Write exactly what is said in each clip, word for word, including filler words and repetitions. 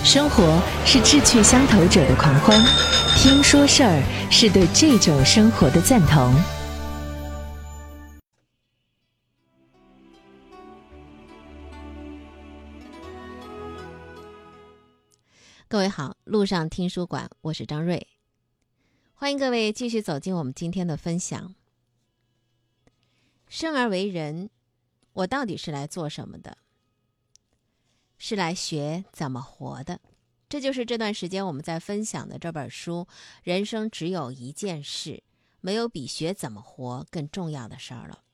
生活是志趣相投者的狂欢，听说事儿是对这种生活的赞同。 各位好，路上听书馆，我是张瑞，欢迎各位继续走进我们今天的分享。生而为人，我到底是来做什么的？是来学怎么活的。这就是这段时间我们在分享的这本书《人生只有一件事》，没有比学怎么活更重要的事儿了。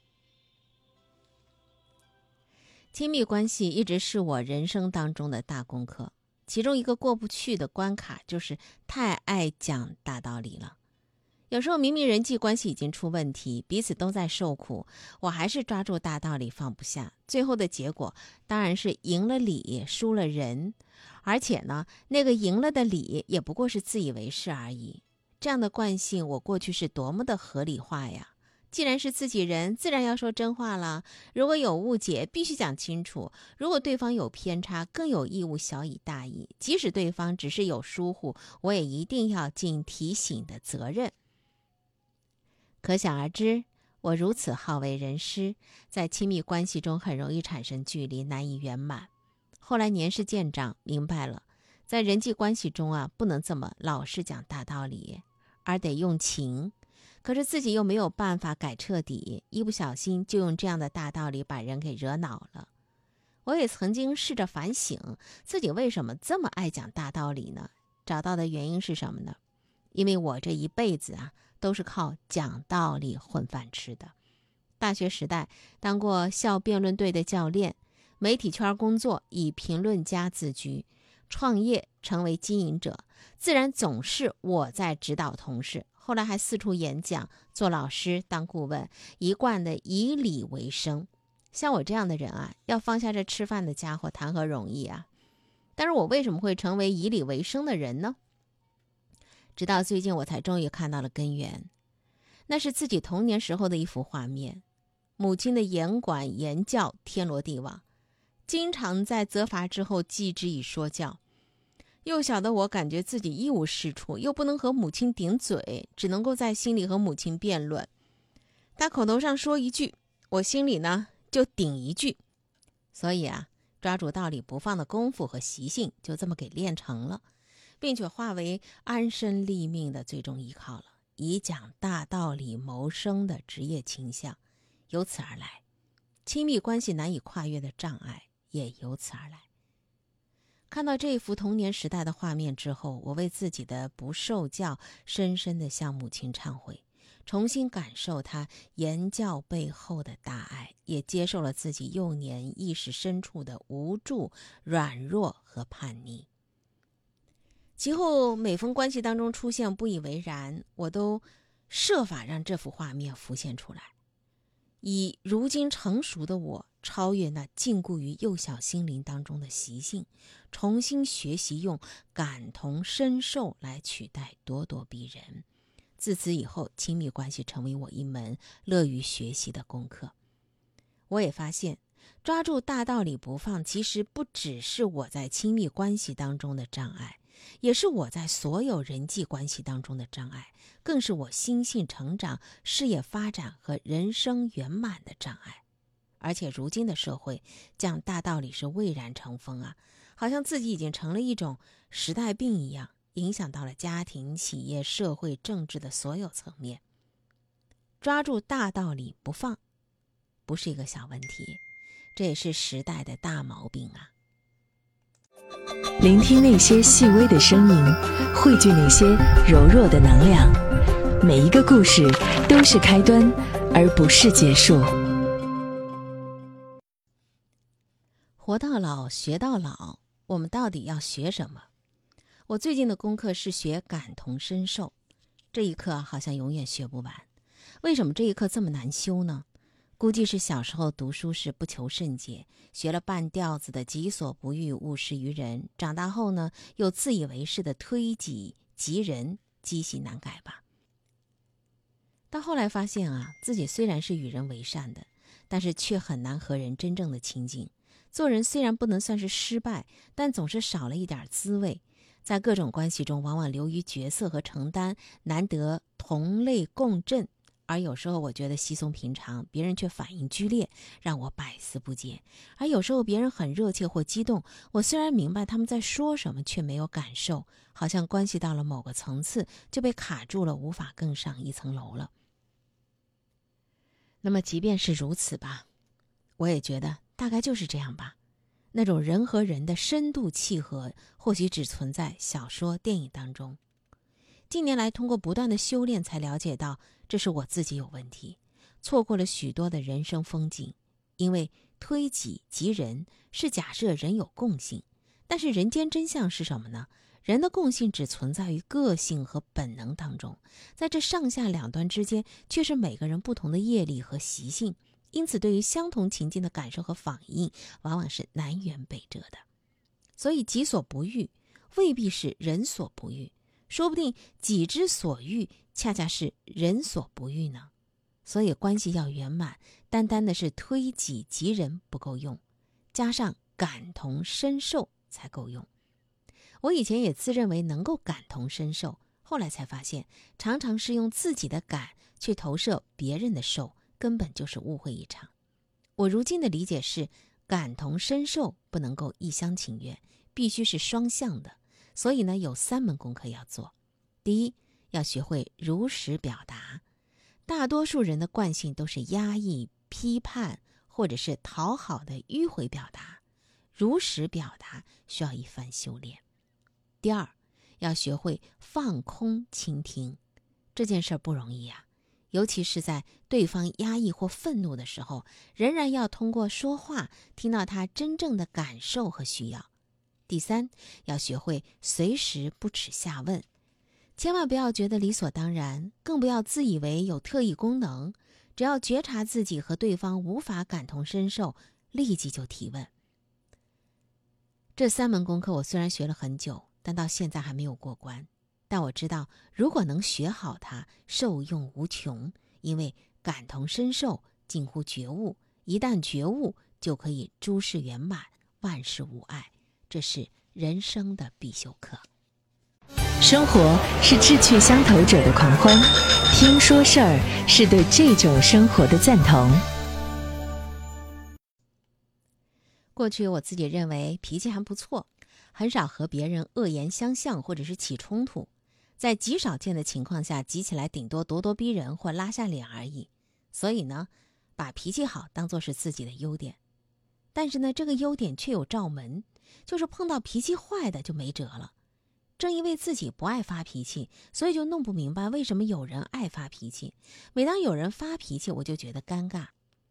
亲密关系一直是我人生当中的大功课，其中一个过不去的关卡就是太爱讲大道理了。有时候明明人际关系已经出问题，彼此都在受苦，我还是抓住大道理放不下，最后的结果当然是赢了理，输了人。而且呢，那个赢了的理也不过是自以为是而已。这样的惯性，我过去是多么的合理化呀！既然是自己人，自然要说真话了。如果有误解，必须讲清楚；如果对方有偏差，更有义务晓以大义。即使对方只是有疏忽，我也一定要尽提醒的责任。可想而知，我如此好为人师，在亲密关系中很容易产生距离，难以圆满。后来年事渐长，明白了，在人际关系中啊，不能这么老是讲大道理，而得用情。可是自己又没有办法改彻底，一不小心就用这样的大道理把人给惹恼了。我也曾经试着反省，自己为什么这么爱讲大道理呢？找到的原因是什么呢？因为我这一辈子啊，都是靠讲道理混饭吃的。大学时代当过校辩论队的教练，媒体圈工作以评论家自居，创业成为经营者，自然总是我在指导同事。后来还四处演讲，做老师，当顾问，一贯的以理为生。像我这样的人啊，要放下这吃饭的家伙，谈何容易啊！但是我为什么会成为以理为生的人呢？直到最近我才终于看到了根源。那是自己童年时候的一幅画面，母亲的严管严教天罗地网，经常在责罚之后记之以说教。幼小的我感觉自己一无是处，又不能和母亲顶嘴，只能够在心里和母亲辩论。她口头上说一句，我心里呢就顶一句。所以啊，抓住道理不放的功夫和习性就这么给练成了，并且化为安身立命的最终依靠了，以讲大道理谋生的职业倾向。由此而来，亲密关系难以跨越的障碍也由此而来。看到这幅童年时代的画面之后，我为自己的不受教深深地向母亲忏悔，重新感受她言教背后的大爱，也接受了自己幼年意识深处的无助、软弱和叛逆。其后每逢关系当中出现不以为然，我都设法让这幅画面浮现出来，以如今成熟的我超越那禁锢于幼小心灵当中的习性，重新学习用感同身受来取代咄咄逼人。自此以后，亲密关系成为我一门乐于学习的功课。我也发现，抓住大道理不放，其实不只是我在亲密关系当中的障碍，也是我在所有人际关系当中的障碍，更是我心性成长、事业发展和人生圆满的障碍。而且如今的社会，讲大道理是蔚然成风啊，好像自己已经成了一种时代病一样，影响到了家庭、企业、社会、政治的所有层面。抓住大道理不放，不是一个小问题，这也是时代的大毛病啊。 聆听那些细微的声音，汇聚那些柔弱的能量。每一个故事都是开端，而不是结束。 活到老，学到老，我们到底要学什么？我最近的功课是学感同身受，这一课好像永远学不完。为什么这一课这么难修呢？估计是小时候读书时不求甚解，学了半吊子的己所不欲，勿施于人，长大后呢，又自以为是的推己及人，积习难改吧。到后来发现啊，自己虽然是与人为善的，但是却很难和人真正的亲近， 做人虽然不能算是失败，但总是少了一点滋味。在各种关系中，往往流于角色和承担，难得同类共振。而有时候我觉得稀松平常，别人却反应剧烈，让我百思不解。而有时候别人很热切或激动，我虽然明白他们在说什么，却没有感受，好像关系到了某个层次就被卡住了，无法更上一层楼了。那么即便是如此吧，我也觉得大概就是这样吧。那种人和人的深度契合，或许只存在小说、电影当中。近年来通过不断的修炼，才了解到这是我自己有问题，错过了许多的人生风景。因为推己及人是假设人有共性，但是人间真相是什么呢？人的共性只存在于个性和本能当中，在这上下两端之间，却是每个人不同的业力和习性。因此对于相同情境的感受和反应，往往是南辕北辙的。所以己所不欲，未必是人所不欲，说不定己之所欲，恰恰是人所不欲呢。所以关系要圆满，单单的是推己及人不够用，加上感同身受才够用。我以前也自认为能够感同身受，后来才发现，常常是用自己的感去投射别人的受，根本就是误会一场。我如今的理解是，感同身受不能够一厢情愿，必须是双向的。所以呢，有三门功课要做。第一，要学会如实表达。大多数人的惯性都是压抑、批判或者是讨好的迂回表达，如实表达需要一番修炼。第二，要学会放空倾听。这件事不容易啊，尤其是在对方压抑或愤怒的时候，仍然要通过说话听到他真正的感受和需要。第三，要学会随时不耻下问，千万不要觉得理所当然，更不要自以为有特异功能。只要觉察自己和对方无法感同身受，立即就提问。这三门功课我虽然学了很久，但到现在还没有过关。但我知道，如果能学好它，受用无穷。因为感同身受近乎觉悟，一旦觉悟，就可以诸事圆满，万事无碍。这是人生的必修课。 生活是志趣相投者的狂欢，听说事儿是对这种生活的赞同。 过去我自己认为脾气还不错，很少和别人恶言相向或者是起冲突，在极少见的情况下急起来顶多咄咄逼人或拉下脸而已。所以呢，把脾气好当作是自己的优点。但是呢，这个优点却有罩门，就是碰到脾气坏的就没辙了。正因为自己不爱发脾气，所以就弄不明白为什么有人爱发脾气。每当有人发脾气，我就觉得尴尬。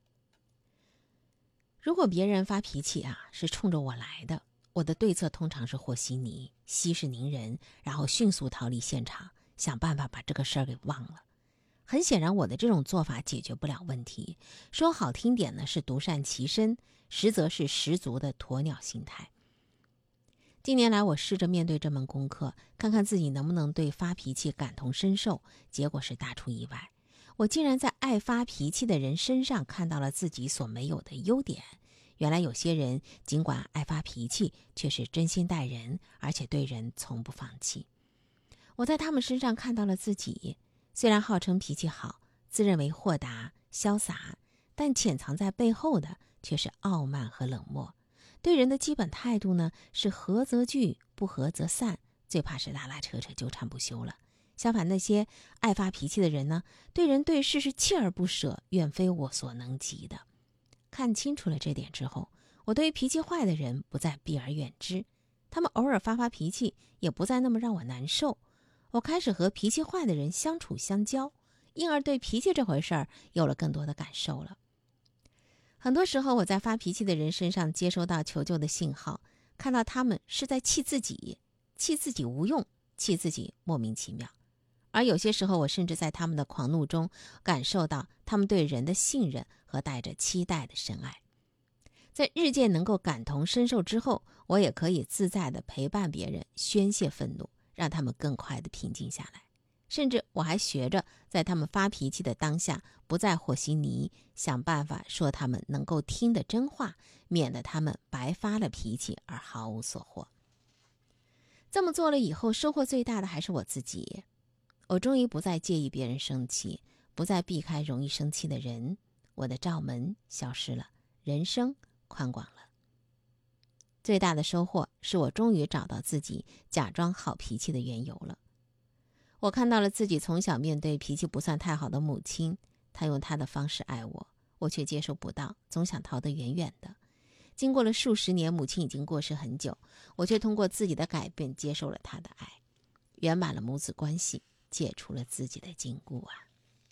如果别人发脾气啊，是冲着我来的，我的对策通常是和稀泥，息事宁人，然后迅速逃离现场，想办法把这个事儿给忘了。很显然，我的这种做法解决不了问题。说好听点呢，是独善其身，实则是十足的鸵鸟心态。近年来，我试着面对这门功课，看看自己能不能对发脾气感同身受，结果是大出意外。我竟然在爱发脾气的人身上看到了自己所没有的优点。原来有些人尽管爱发脾气，却是真心待人，而且对人从不放弃。我在他们身上看到了自己，虽然号称脾气好，自认为豁达潇洒，但潜藏在背后的却是傲慢和冷漠。对人的基本态度呢，是合则聚，不合则散，最怕是拉拉扯扯，纠缠不休了。相反，那些爱发脾气的人呢，对人对事是锲而不舍，远非我所能及的。看清楚了这点之后，我对于脾气坏的人不再避而远之，他们偶尔发发脾气也不再那么让我难受。我开始和脾气坏的人相处相交，因而对脾气这回事儿有了更多的感受了。很多时候我在发脾气的人身上接收到求救的信号，看到他们是在气自己，气自己无用，气自己莫名其妙。而有些时候我甚至在他们的狂怒中感受到他们对人的信任和带着期待的深爱。在日渐能够感同身受之后，我也可以自在地陪伴别人宣泄愤怒，让他们更快地平静下来。 甚至我还学着在他们发脾气的当下不再和稀泥，想办法说他们能够听的真话，免得他们白发了脾气而毫无所获。这么做了以后，收获最大的还是我自己。我终于不再介意别人生气，不再避开容易生气的人，我的罩门消失了，人生宽广了。最大的收获是我终于找到自己假装好脾气的缘由了。我看到了自己从小面对脾气不算太好的母亲，她用她的方式爱我，我却接受不到，总想逃得远远的。经过了数十年，母亲已经过世很久，我却通过自己的改变接受了她的爱，圆满了母子关系，解除了自己的禁锢啊。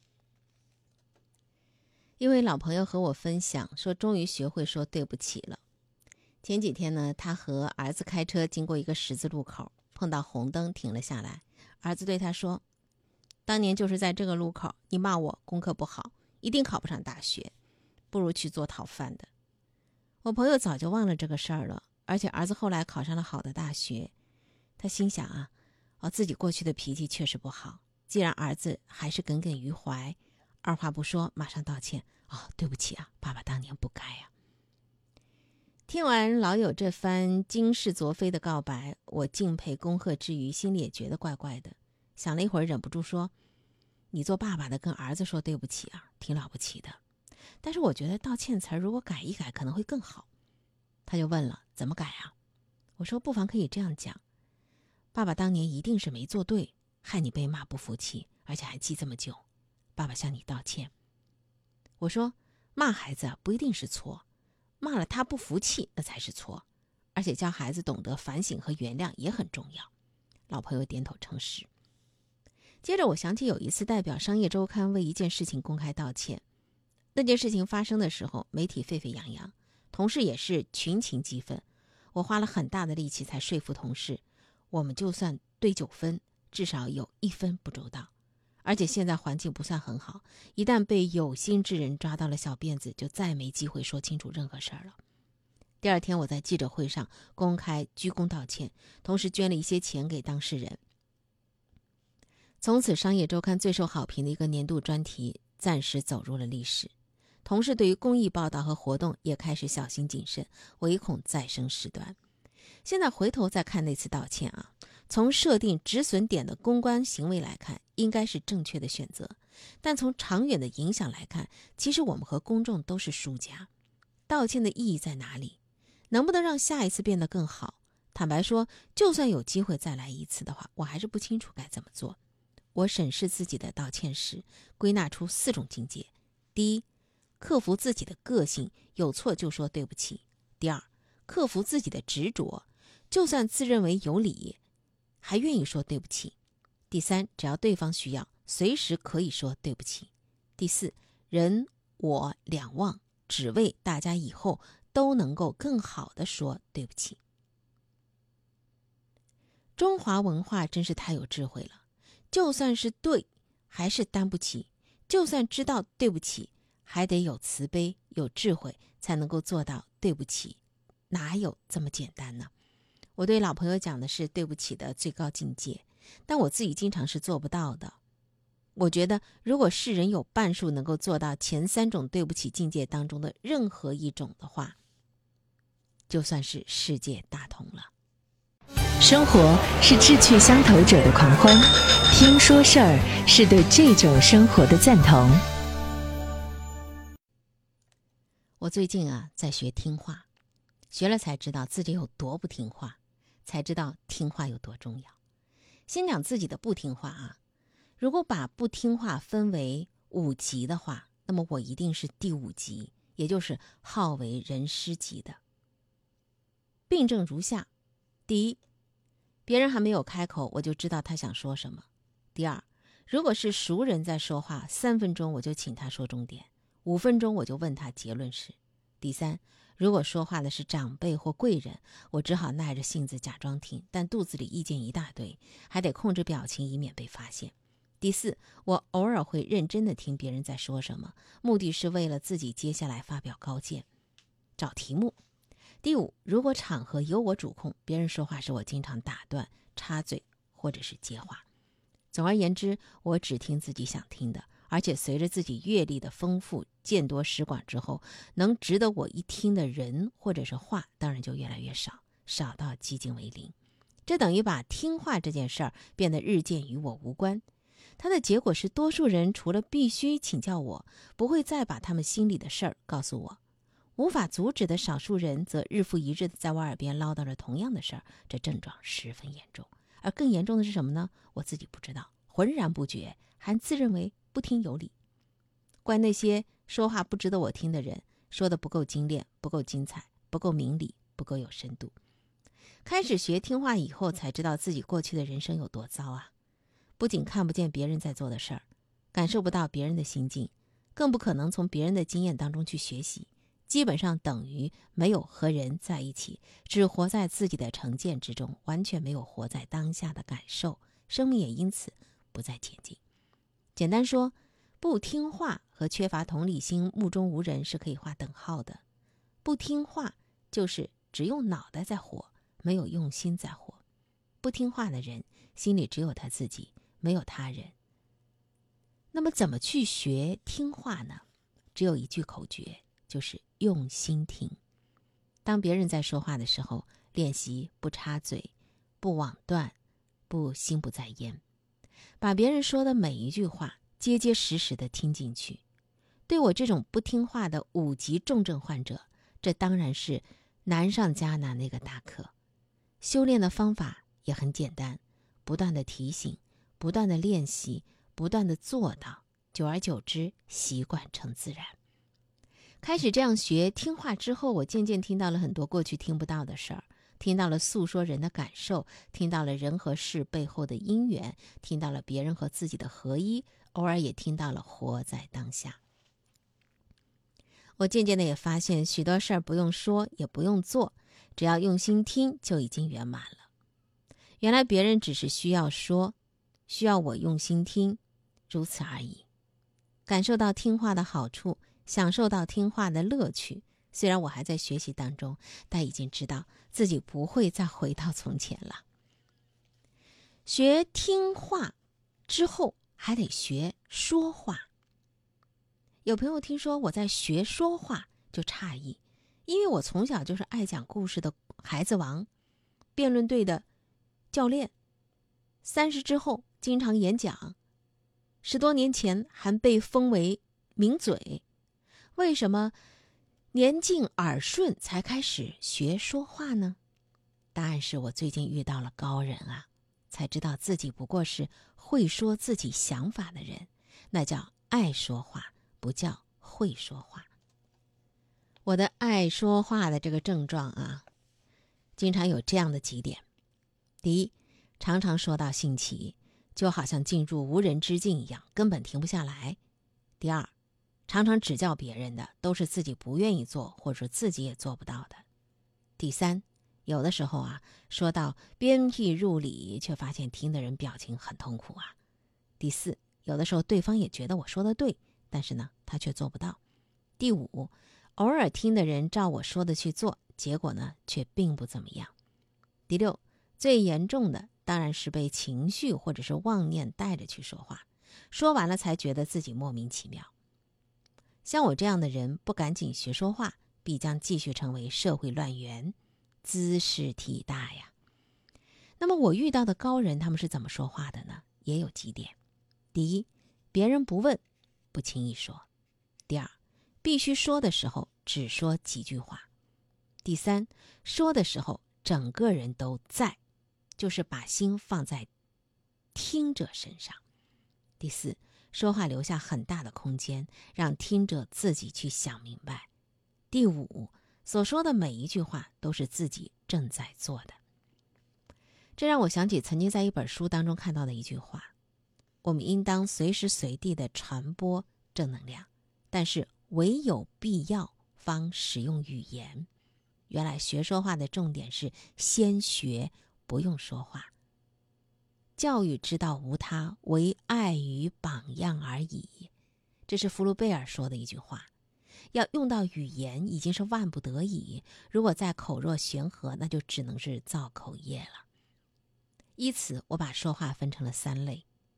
一位老朋友和我分享说，终于学会说对不起了。前几天呢，他和儿子开车经过一个十字路口，碰到红灯停了下来。儿子对他说，当年就是在这个路口，你骂我功课不好，一定考不上大学，不如去做讨饭的。我朋友早就忘了这个事儿了，而且儿子后来考上了好的大学。他心想啊，哦，自己过去的脾气确实不好，既然儿子还是耿耿于怀，二话不说马上道歉，哦，对不起啊，爸爸当年不该啊。听完老友这番惊世昨非的告白，我敬佩恭贺之余，心里也觉得怪怪的。想了一会儿，忍不住说，你做爸爸的跟儿子说对不起啊，挺了不起的。但是我觉得道歉词如果改一改可能会更好。他就问了，怎么改啊？我说不妨可以这样讲，爸爸当年一定是没做对，害你被骂不服气，而且还记这么久，爸爸向你道歉。我说骂孩子不一定是错，骂了他不服气那才是错，而且教孩子懂得反省和原谅也很重要。老朋友点头称是。接着我想起有一次代表商业周刊为一件事情公开道歉，那件事情发生的时候媒体沸沸扬扬，同事也是群情激愤，我花了很大的力气才说服同事，我们就算对九分，至少有一分不周到。而且现在环境不算很好，一旦被有心之人抓到了小辫子，就再没机会说清楚任何事儿了。第二天我在记者会上公开鞠躬道歉，同时捐了一些钱给当事人。从此商业周刊最受好评的一个年度专题暂时走入了历史。同事对于公益报道和活动也开始小心谨慎，唯恐再生事端。现在回头再看那次道歉啊，从设定止损点的公关行为来看，应该是正确的选择。但从长远的影响来看，其实我们和公众都是输家。道歉的意义在哪里？能不能让下一次变得更好？坦白说，就算有机会再来一次的话，我还是不清楚该怎么做。我审视自己的道歉时，归纳出四种境界。第一，克服自己的个性，有错就说对不起。第二，克服自己的执着，就算自认为有理，还愿意说对不起。第三，只要对方需要，随时可以说对不起。第四，人我两忘，只为大家以后都能够更好地说对不起。中华文化真是太有智慧了，就算是对，还是担不起；就算知道对不起，还得有慈悲、有智慧，才能够做到对不起。哪有这么简单呢？我对老朋友讲的是对不起的最高境界，但我自己经常是做不到的。我觉得，如果世人有半数能够做到前三种对不起境界当中的任何一种的话，就算是世界大同了。 生活是志趣相投者的狂欢，听说事儿是对这种生活的赞同。 我最近啊在学听话，学了才知道自己有多不听话，才知道听话有多重要。先讲自己的不听话啊，如果把不听话分为五级的话，那么我一定是第五级，也就是好为人师级的。病症如下：第一，别人还没有开口，我就知道他想说什么。第二，如果是熟人在说话，三分钟我就请他说重点，五分钟我就问他结论是。第三，如果说话的是长辈或贵人，我只好耐着性子假装听，但肚子里意见一大堆，还得控制表情以免被发现。第四，我偶尔会认真的听别人在说什么，目的是为了自己接下来发表高见，找题目。第五，如果场合由我主控，别人说话时我经常打断、插嘴或者是接话。 总而言之，我只听自己想听的，而且随着自己阅历的丰富，见多识广之后，能值得我一听的人或者是话，当然就越来越少，少到几近为零。这等于把听话这件事儿变得日渐与我无关。它的结果是，多数人除了必须请教我，不会再把他们心里的事儿告诉我。无法阻止的少数人，则日复一日的在我耳边唠叨着同样的事儿，这症状十分严重。而更严重的是什么呢？我自己不知道，浑然不觉，还自认为不听有理。怪那些说话不值得我听的人，说的不够精炼，不够精彩，不够明理，不够有深度。开始学听话以后，才知道自己过去的人生有多糟啊！不仅看不见别人在做的事儿，感受不到别人的心境，更不可能从别人的经验当中去学习，基本上等于没有和人在一起，只活在自己的成见之中，完全没有活在当下的感受，生命也因此不再前进。简单说，不听话和缺乏同理心、目中无人是可以划等号的。不听话就是只用脑袋在活，没有用心在活。不听话的人心里只有他自己，没有他人。那么怎么去学听话呢？只有一句口诀，就是用心听。当别人在说话的时候，练习不插嘴，不枉断，不心不在焉，把别人说的每一句话结结实实的听进去。对我这种不听话的五级重症患者，这当然是难上加难的一个大课。修炼的方法也很简单，不断的提醒，不断的练习，不断的做到，久而久之，习惯成自然。开始这样学听话之后，我渐渐听到了很多过去听不到的事儿，听到了诉说人的感受，听到了人和事背后的因缘，听到了别人和自己的合一，偶尔也听到了活在当下。我渐渐的也发现，许多事儿不用说，也不用做，只要用心听就已经圆满了。原来别人只是需要说，需要我用心听，如此而已。感受到听话的好处，享受到听话的乐趣。虽然我还在学习当中，但已经知道自己不会再回到从前了。学听话之后，还得学说话。有朋友听说我在学说话，就诧异，因为我从小就是爱讲故事的孩子王，辩论队的教练，三十之后经常演讲，十多年前还被封为名嘴。为什么年近耳顺才开始学说话呢？答案是我最近遇到了高人啊，才知道自己不过是会说自己想法的人，那叫爱说话，不叫会说话。我的爱说话的这个症状啊，经常有这样的几点。第一，常常说到兴起，就好像进入无人之境一样，根本停不下来。第二，常常指教别人的都是自己不愿意做，或者说自己也做不到的。第三，有的时候啊，说到鞭辟入里，却发现听的人表情很痛苦啊。第四，有的时候对方也觉得我说的对，但是呢，他却做不到。第五，偶尔听的人照我说的去做，结果呢，却并不怎么样。第六，最严重的当然是被情绪或者是妄念带着去说话，说完了才觉得自己莫名其妙。像我这样的人，不赶紧学说话，必将继续成为社会乱源，兹事体大呀。那么我遇到的高人，他们是怎么说话的呢？也有几点。第一，别人不问，不轻易说。第二，必须说的时候，只说几句话。第三，说的时候，整个人都在，就是把心放在听者身上。第四，说话留下很大的空间，让听者自己去想明白。第五，所说的每一句话都是自己正在做的。这让我想起曾经在一本书当中看到的一句话：我们应当随时随地的传播正能量，但是唯有必要方使用语言。原来学说话的重点是先学，不用说话。教育之道无他，唯爱与榜样而已。这是福禄贝尔说的一句话。要用到语言已经是万不得已，如果再口若悬河，那就只能是造口业了。依此，我把说话分成了三类。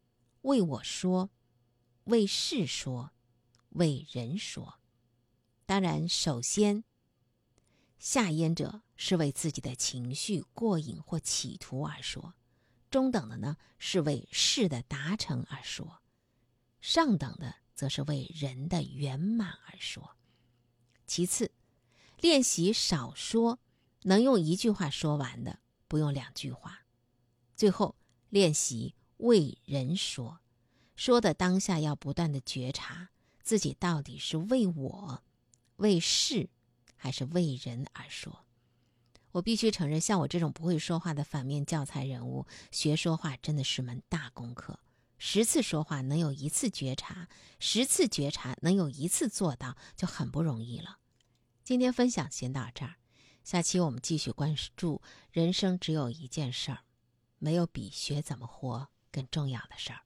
为我说，为事说，为人说。当然，首先下咽者是为自己的情绪过瘾或企图而说，中等的呢是为事的达成而说，上等的则是为人的圆满而说。其次，练习少说，能用一句话说完的，不用两句话。最后，练习为人说，说的当下要不断的觉察自己到底是为我、为事还是为人而说。我必须承认，像我这种不会说话的反面教材人物，学说话真的是门大功课。十次说话能有一次觉察，十次觉察能有一次做到，就很不容易了。今天分享先到这儿，下期我们继续关注人生只有一件事儿，没有比学怎么活更重要的事儿。